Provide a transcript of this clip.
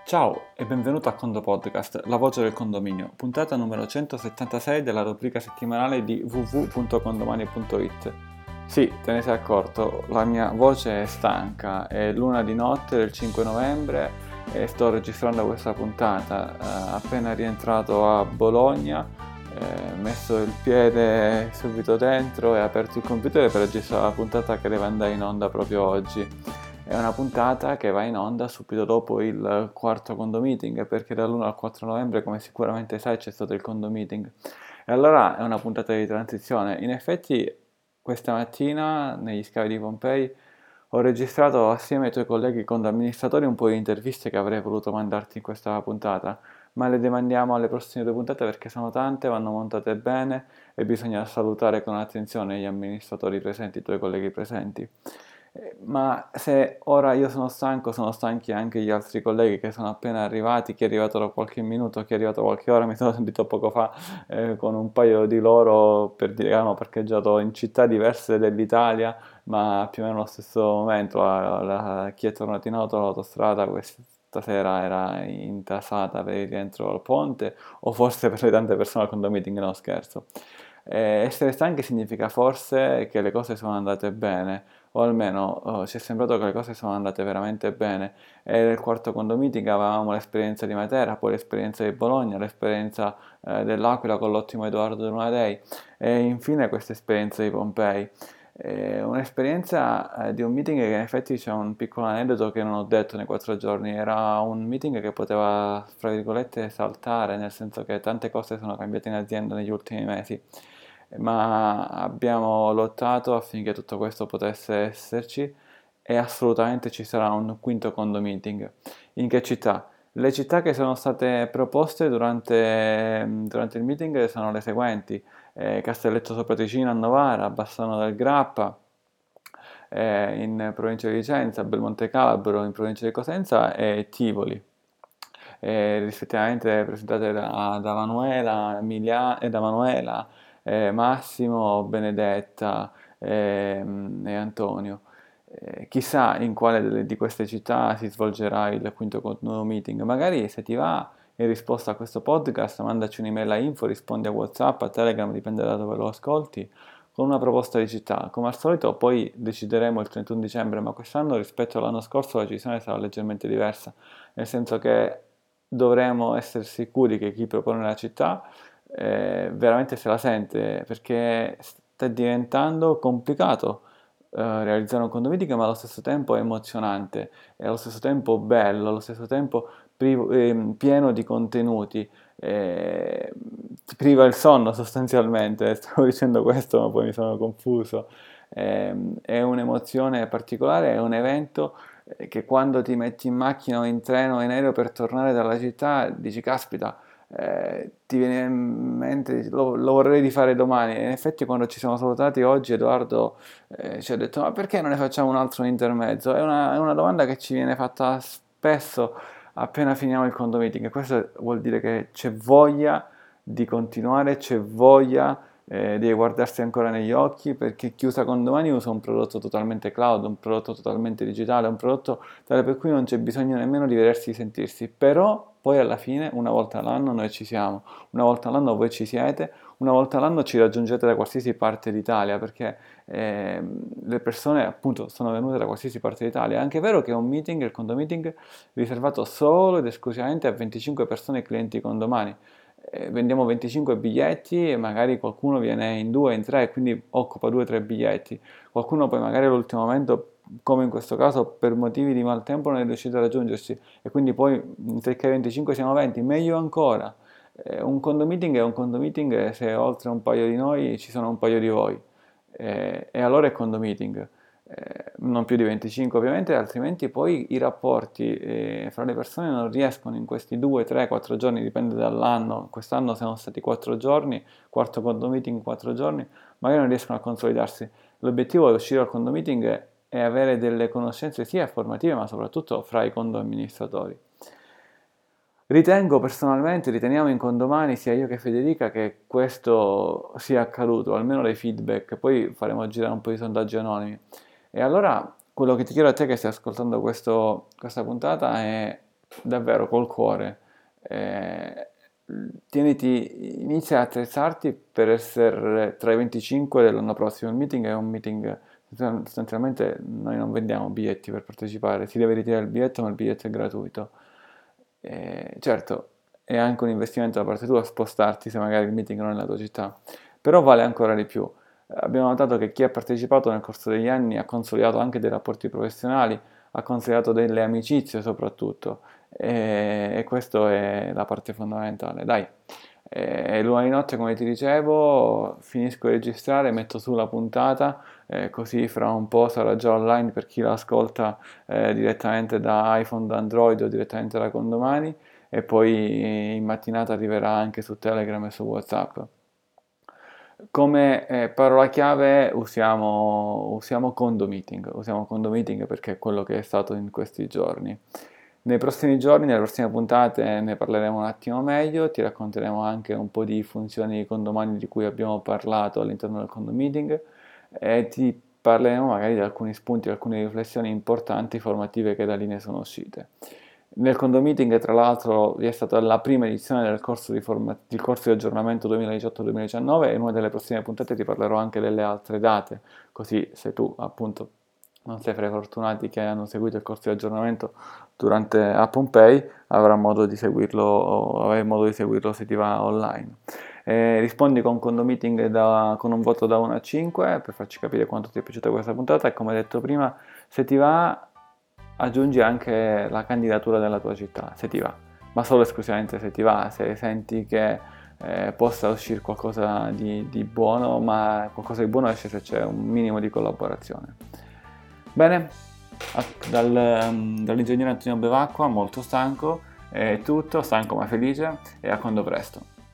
Ciao e benvenuto a Condo Podcast, la voce del condominio, puntata numero 176 della rubrica settimanale di www.condomani.it. Sì, te ne sei accorto, la mia voce è stanca, è l'una di notte del 5 novembre e sto registrando questa puntata appena rientrato a Bologna, messo il piede subito dentro e aperto il computer per registrare la puntata che deve andare in onda proprio oggi. È una puntata che va in onda subito dopo il quarto condo meeting, perché dall'1 al 4 novembre, come sicuramente sai, c'è stato il condo meeting. E allora è una puntata di transizione. In effetti, questa mattina, negli scavi di Pompei, ho registrato assieme ai tuoi colleghi condo amministratori un po' di interviste che avrei voluto mandarti in questa puntata, ma le demandiamo alle prossime due puntate perché sono tante, vanno montate bene e bisogna salutare con attenzione gli amministratori presenti, i tuoi colleghi presenti. Ma se ora io sono stanco, sono stanchi anche gli altri colleghi che sono appena arrivati, chi è arrivato da qualche minuto, chi è arrivato qualche ora, mi sono sentito poco fa con un paio di loro per dire che hanno parcheggiato in città diverse dell'Italia, ma più o meno allo stesso momento. Chi è tornato in auto all'autostrada questa sera era intasata per il rientro al ponte, o forse per le tante persone al condo meeting, no scherzo. Essere stanchi significa forse che le cose sono andate bene, o almeno ci è sembrato che le cose sono andate veramente bene. E nel quarto condo meeting avevamo l'esperienza di Matera, poi l'esperienza di Bologna, l'esperienza dell'Aquila con l'ottimo Edoardo Lunadei e infine questa esperienza di Pompei. Un'esperienza di un meeting che in effetti c'è un piccolo aneddoto che non ho detto nei 4 giorni. Era un meeting che poteva, fra virgolette, saltare, nel senso che tante cose sono cambiate in azienda negli ultimi mesi, ma abbiamo lottato affinché tutto questo potesse esserci e assolutamente ci sarà un quinto condo meeting. In che città? Le città che sono state proposte durante il meeting sono le seguenti: Castelletto sopra Ticino a Novara, Bassano del Grappa in provincia di Vicenza, Belmonte Calabro in provincia di Cosenza e Tivoli, rispettivamente presentate da Manuela, da Manuela, Massimo, Benedetta e Antonio. Chissà in quale di queste città si svolgerà il quinto meeting. Magari se ti va, in risposta a questo podcast, mandaci un'email a info, rispondi a WhatsApp, a Telegram, dipende da dove lo ascolti, con una proposta di città. Come al solito poi decideremo il 31 dicembre, ma quest'anno rispetto all'anno scorso la decisione sarà leggermente diversa, nel senso che dovremo essere sicuri che chi propone la città veramente se la sente, perché sta diventando complicato realizzare un condominio, ma allo stesso tempo è emozionante, e allo stesso tempo bello, allo stesso tempo pieno di contenuti, eh, ti priva il sonno sostanzialmente. Stavo dicendo questo, ma poi mi sono confuso. È un'emozione particolare, è un evento che quando ti metti in macchina o in treno o in aereo per tornare dalla città dici, caspita, ti viene in mente, lo vorrei rifare domani. E in effetti quando ci siamo salutati oggi Edoardo ci ha detto, ma perché non ne facciamo un altro intermezzo? È una domanda che ci viene fatta spesso appena finiamo il condo meeting, e questo vuol dire che c'è voglia di continuare, c'è voglia di guardarsi ancora negli occhi, perché chi usa Condomani usa un prodotto totalmente cloud, un prodotto totalmente digitale, un prodotto tale per cui non c'è bisogno nemmeno di vedersi e sentirsi. Però poi alla fine, una volta all'anno noi ci siamo, una volta all'anno voi ci siete, una volta all'anno ci raggiungete da qualsiasi parte d'Italia, perché le persone appunto sono venute da qualsiasi parte d'Italia. È anche vero che è un meeting, il condo meeting, riservato solo ed esclusivamente a 25 persone clienti condomani. Vendiamo 25 biglietti e magari qualcuno viene in due, in tre, quindi occupa 2 o 3 biglietti. Qualcuno poi magari all'ultimo momento, come in questo caso, per motivi di maltempo non è riuscito a raggiungerci, e quindi poi anziché 25 siamo 20, meglio ancora. Un condo meeting è un condo meeting se oltre un paio di noi ci sono un paio di voi. E allora è condo meeting. Non più di 25 ovviamente, altrimenti poi i rapporti fra le persone non riescono in questi 2, 3, 4 giorni, dipende dall'anno. Quest'anno siamo stati 4 giorni, quarto condo meeting 4 giorni, magari non riescono a consolidarsi. L'obiettivo è uscire al condo meeting e avere delle conoscenze sia formative, ma soprattutto fra i condo amministratori. Ritengo personalmente, riteniamo in Condomani, sia io che Federica, che questo sia accaduto, almeno dai feedback, poi faremo girare un po' di sondaggi anonimi. E allora quello che ti chiedo a te che stai ascoltando questa puntata è davvero col cuore, eh, inizia a attrezzarti per essere tra i 25 dell'anno prossimo. Il meeting è un meeting, sostanzialmente noi non vendiamo biglietti per partecipare, si deve ritirare il biglietto, ma il biglietto è gratuito. Certo, è anche un investimento da parte tua spostarti se magari il meeting non è nella tua città, però vale ancora di più. Abbiamo notato che chi ha partecipato nel corso degli anni ha consolidato anche dei rapporti professionali, ha consolidato delle amicizie soprattutto, e questa è la parte fondamentale. Dai, l'una di notte, come ti dicevo, finisco di registrare, metto su la puntata, così fra un po' sarà già online per chi la ascolta direttamente da iPhone, da Android o direttamente da Condomani, e poi in mattinata arriverà anche su Telegram e su WhatsApp. Come parola chiave usiamo Condomeeting, usiamo Condomeeting perché è quello che è stato in questi giorni. Nei prossimi giorni, nelle prossime puntate ne parleremo un attimo meglio, ti racconteremo anche un po' di funzioni di condomani di cui abbiamo parlato all'interno del Condomeeting e ti parleremo magari di alcuni spunti, alcune riflessioni importanti formative che da lì ne sono uscite. Nel Condomeeting, tra l'altro, vi è stata la prima edizione del del corso di aggiornamento 2018-2019 e in una delle prossime puntate ti parlerò anche delle altre date, così se tu appunto non sei fra i fortunati che hanno seguito il corso di aggiornamento durante a Pompei, avrai modo di seguirlo se ti va online. Rispondi con Condomeeting con un voto da 1 a 5 per farci capire quanto ti è piaciuta questa puntata e come detto prima, se ti va aggiungi anche la candidatura della tua città, se ti va, ma solo e esclusivamente se ti va, se senti che possa uscire qualcosa di buono, ma qualcosa di buono esce se c'è un minimo di collaborazione. Bene, dall'ingegnere Antonio Bevacqua, molto stanco, è tutto, stanco ma felice e a quando presto.